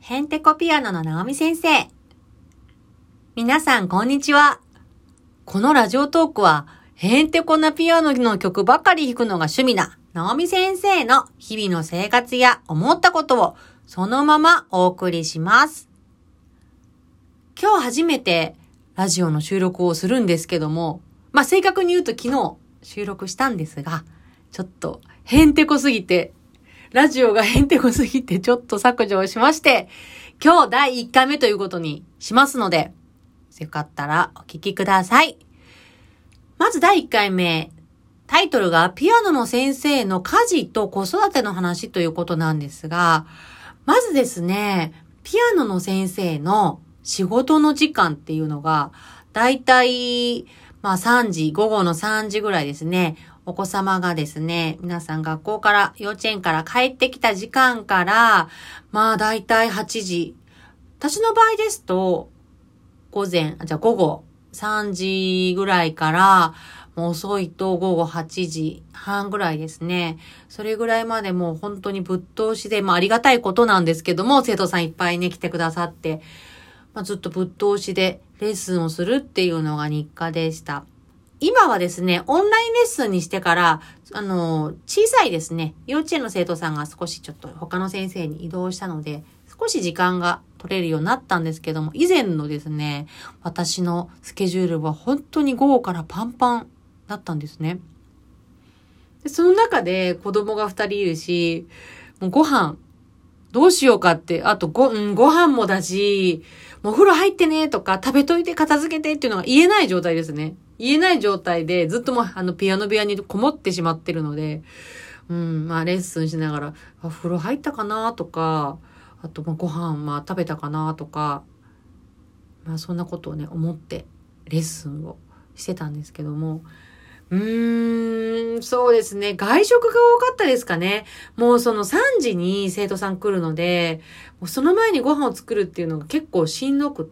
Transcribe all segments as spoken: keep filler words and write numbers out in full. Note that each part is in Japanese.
ヘンテコピアノの直美先生。皆さんこんにちは。このラジオトークはヘンテコなピアノの曲ばかり弾くのが趣味な直美先生の日々の生活や思ったことをそのままお送りします。今日初めてラジオの収録をするんですけども、まあ正確に言うと昨日収録したんですが、ちょっとヘンテコすぎてラジオがヘンテコすぎてちょっと削除をしまして、今日だいいっかいめということにしますので、よかったらお聞きください。まずだいいっかいめ、タイトルがピアノの先生の家事と子育ての話ということなんですが、まずですね、ピアノの先生の仕事の時間っていうのが、だいたいまあさんじ、午後のさんじぐらいですね。お子様がですね、皆さん学校から、幼稚園から帰ってきた時間から、まあだいたいはちじ。私の場合ですと、午前、じゃあ午後さんじぐらいから、もう遅いと午後はちじはんぐらいですね。それぐらいまでもう本当にぶっ通しで、まあありがたいことなんですけども、生徒さんいっぱいね来てくださって、まあずっとぶっ通しでレッスンをするっていうのが日課でした。今はですね、オンラインレッスンにしてから、あの、小さいですね、幼稚園の生徒さんが少しちょっと他の先生に移動したので、少し時間が取れるようになったんですけども、以前のですね、私のスケジュールは本当に午後からパンパンだったんですね。でその中で子供がふたりいるし、もうご飯、どうしようかって、あとご、うん、ご飯もだし、もうお風呂入ってねとか食べといて片付けてっていうのが言えない状態ですね。言えない状態でずっともうあのピアノ部屋にこもってしまってるので、うん、まあレッスンしながら、あ、風呂入ったかなとか、あとまあご飯まあ食べたかなとか、まあそんなことをね思ってレッスンをしてたんですけども、うーん、そうですね。外食が多かったですかね。もうそのさんじに生徒さん来るので、もうその前にご飯を作るっていうのが結構しんどくって、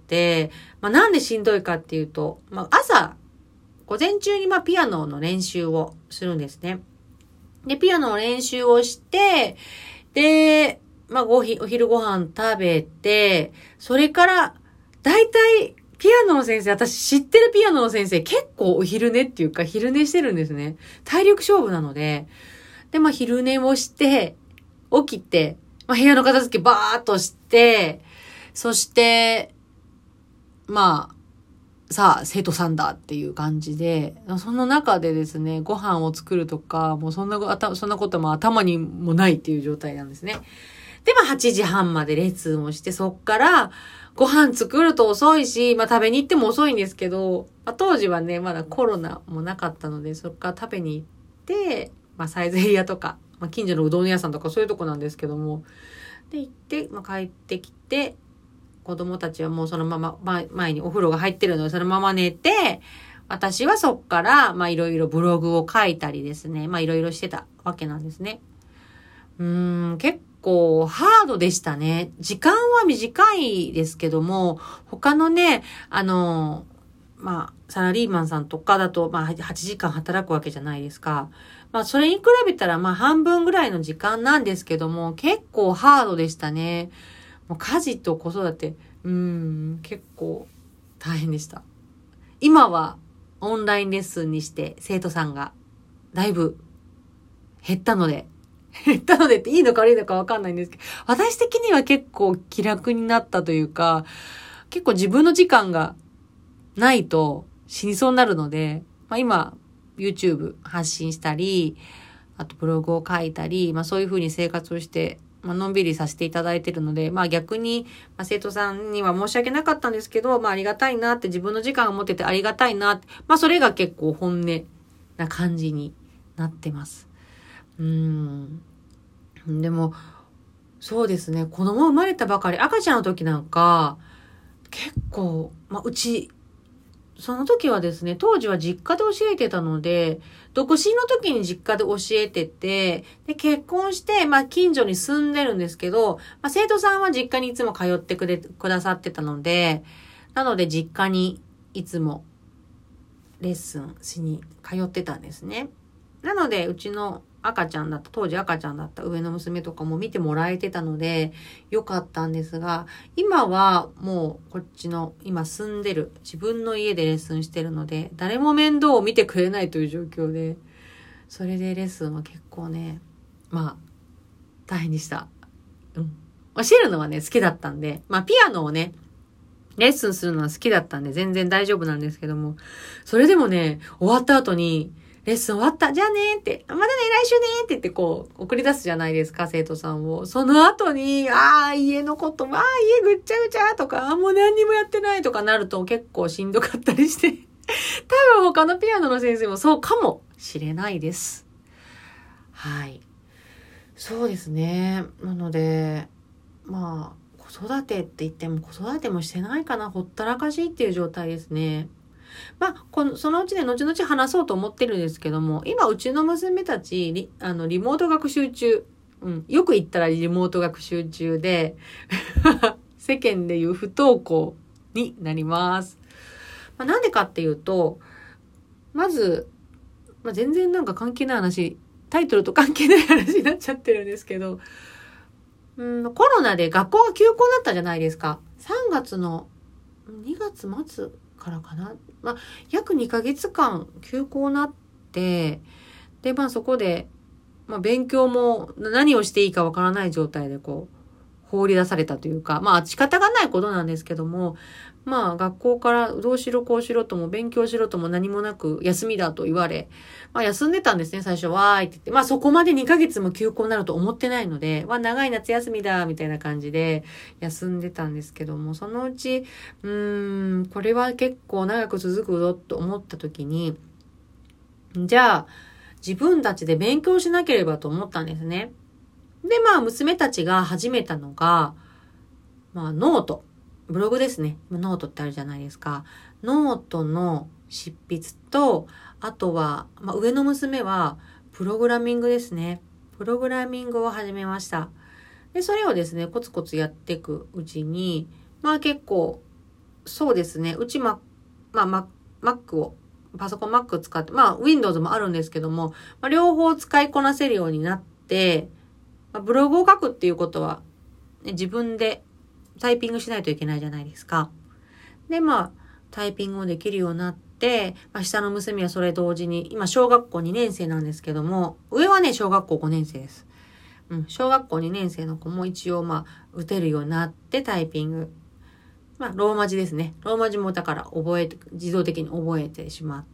まあなんでしんどいかっていうと、まあ朝、午前中にまあピアノの練習をするんですね。で、ピアノの練習をして、で、まあごひ、お昼ご飯食べて、それから、だいたい、ピアノの先生、私知ってるピアノの先生、結構お昼寝っていうか昼寝してるんですね。体力勝負なので。で、まあ昼寝をして、起きて、まあ部屋の片付けバーっとして、そして、まあ、さあ、生徒さんだっていう感じで、その中でですね、ご飯を作るとか、もうそんな、そんなことも頭にもないっていう状態なんですね。で、まあはちじはんまでレッスンをして、そっから、ご飯作ると遅いし、まあ食べに行っても遅いんですけど、まあ、当時はね、まだコロナもなかったので、そっから食べに行って、まあサイゼリヤとか、まあ近所のうどん屋さんとかそういうとこなんですけども、で行って、まあ帰ってきて、子供たちはもうそのまま、前にお風呂が入ってるのでそのまま寝て、私はそっから、まあいろいろブログを書いたりですね、まあいろいろしてたわけなんですね。うーん、結構ハードでしたね。時間は短いですけども、他のね、あの、まあ、サラリーマンさんとかだと、まあ、はちじかん働くわけじゃないですか。まあ、それに比べたら、まあ、半分ぐらいの時間なんですけども、結構ハードでしたね。もう家事と子育て、うーん、結構大変でした。今はオンラインレッスンにして生徒さんがだいぶ減ったので、減ったのでっていいのか悪いのかわかんないんですけど、私的には結構気楽になったというか、結構自分の時間がないと死にそうになるので、まあ今 YouTube 発信したり、あとブログを書いたり、まあそういう風に生活をして、まあのんびりさせていただいているので、まあ逆に、まあ、生徒さんには申し訳なかったんですけど、まあありがたいなって自分の時間を持っててありがたいなって、まあそれが結構本音な感じになってます。うーん。でも、そうですね。子供生まれたばかり、赤ちゃんの時なんか、結構、まあ、うち、その時はですね、当時は実家で教えてたので、独身の時に実家で教えてて、で、結婚して、まあ、近所に住んでるんですけど、まあ、生徒さんは実家にいつも通ってくれ、くださってたので、なので実家にいつもレッスンしに通ってたんですね。なので、うちの赤ちゃんだった、当時赤ちゃんだった上の娘とかも見てもらえてたので、よかったんですが、今はもうこっちの、今住んでる、自分の家でレッスンしてるので、誰も面倒を見てくれないという状況で、それでレッスンは結構ね、まあ、大変でした。うん。教えるのはね、好きだったんで、まあ、ピアノをね、レッスンするのは好きだったんで、全然大丈夫なんですけども、それでもね、終わった後に、レッスン終わった。じゃあねーって。またね、来週ねーって言ってこう、送り出すじゃないですか、生徒さんを。その後に、ああ、家のこと、ああ、家ぐっちゃぐちゃとか、あもう何にもやってないとかなると結構しんどかったりして。多分他のピアノの先生もそうかもしれないです。はい。そうですね。なので、まあ、子育てって言っても子育てもしてないかな。ほったらかしっていう状態ですね。まあ、この、そのうちで後々話そうと思ってるんですけども、今うちの娘たち、リ、あの、リモート学習中、うん、よく言ったらリモート学習中で、世間でいう不登校になります。まあ、なんでかっていうと、まず、まあ、全然なんか関係ない話、タイトルと関係ない話になっちゃってるんですけど、うん、コロナで学校が休校だったじゃないですか。さんがつのにがつ末からかな。まあ、約にかげつかん休校になって、で、まあそこで、まあ勉強も何をしていいかわからない状態でこう、放り出されたというか、まあ仕方がないことなんですけども、まあ学校からどうしろこうしろとも勉強しろとも何もなく休みだと言われ、まあ休んでたんですね、最初。わーいって言って。まあそこまでにかげつも休校になると思ってないので、わ、長い夏休みだ、みたいな感じで休んでたんですけども、そのうち、うーん、これは結構長く続くぞと思った時に、じゃあ自分たちで勉強しなければと思ったんですね。で、まあ娘たちが始めたのが、まあノート。ブログですね。ノートってあるじゃないですか。ノートの執筆と、あとは、まあ、上の娘はプログラミングですね。プログラミングを始めました。で、それをですね、コツコツやっていくうちに、まあ結構、そうですね、うちま、まあ Mac を、パソコン Mac 使って、まあ Windows もあるんですけども、まあ、両方使いこなせるようになって、まあ、ブログを書くっていうことは、ね、自分でタイピングしないといけないじゃないですか。で、まあ、タイピングもできるようになって、まあ、下の娘はそれ同時に、今、小学校にねん生なんですけども、上はね、小学校ごねん生です。うん、小学校にねん生の子も一応、まあ、打てるようになって、タイピング。まあ、ローマ字ですね。ローマ字もだから覚えて、自動的に覚えてしまって、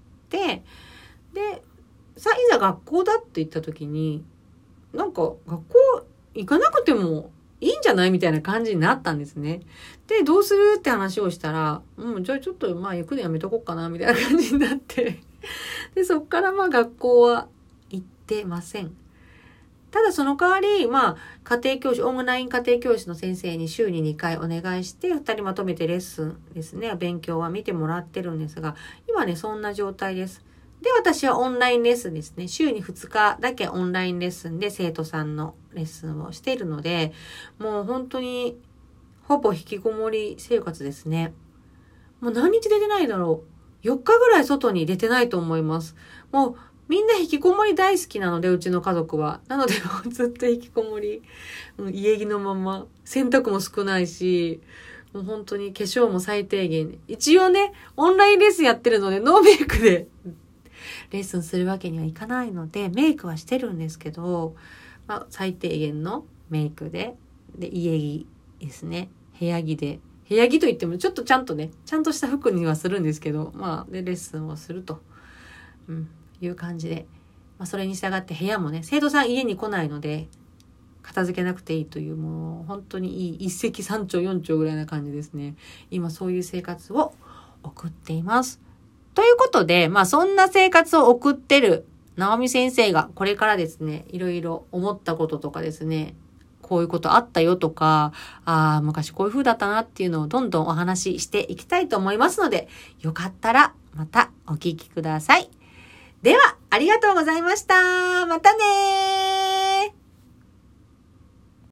で、さあ、いざ学校だって言った時に、なんか、学校行かなくても、いいんじゃないみたいな感じになったんですね。で、どうするって話をしたら、うん、じゃあちょっとまあ行くのやめとこうかなみたいな感じになって。で、そっからまあ学校は行ってません。ただその代わり、まあ家庭教師、オンライン家庭教師の先生に週ににかいお願いして、ふたりまとめてレッスンですね、勉強は見てもらってるんですが、今ね、そんな状態です。で、私はオンラインレッスンですね。週にふつかだけオンラインレッスンで生徒さんのレッスンをしているので、もう本当にほぼ引きこもり生活ですね。もう何日出てないだろう。よっかぐらい外に出てないと思います。もうみんな引きこもり大好きなので、うちの家族は。なのでもうずっと引きこもり。家着のまま。洗濯も少ないし、もう本当に化粧も最低限。一応ね、オンラインレッスンやってるので、ノーメイクでレッスンするわけにはいかないので、メイクはしてるんですけど、まあ、最低限のメイクで、で、家着ですね。部屋着で。部屋着といってもちょっとちゃんとね、ちゃんとした服にはするんですけど、まあ、で、レッスンをすると、うん、いう感じで。まあ、それに従って部屋もね、生徒さん家に来ないので、片付けなくていいという、もう、本当にいい一石三鳥四鳥ぐらいな感じですね。今、そういう生活を送っています。ということで、まあそんな生活を送ってる直美先生がこれからですね、いろいろ思ったこととかですね、こういうことあったよとか、ああ、昔こういう風だったなっていうのをどんどんお話ししていきたいと思いますので、よかったらまたお聞きください。では、ありがとうございました。またねー。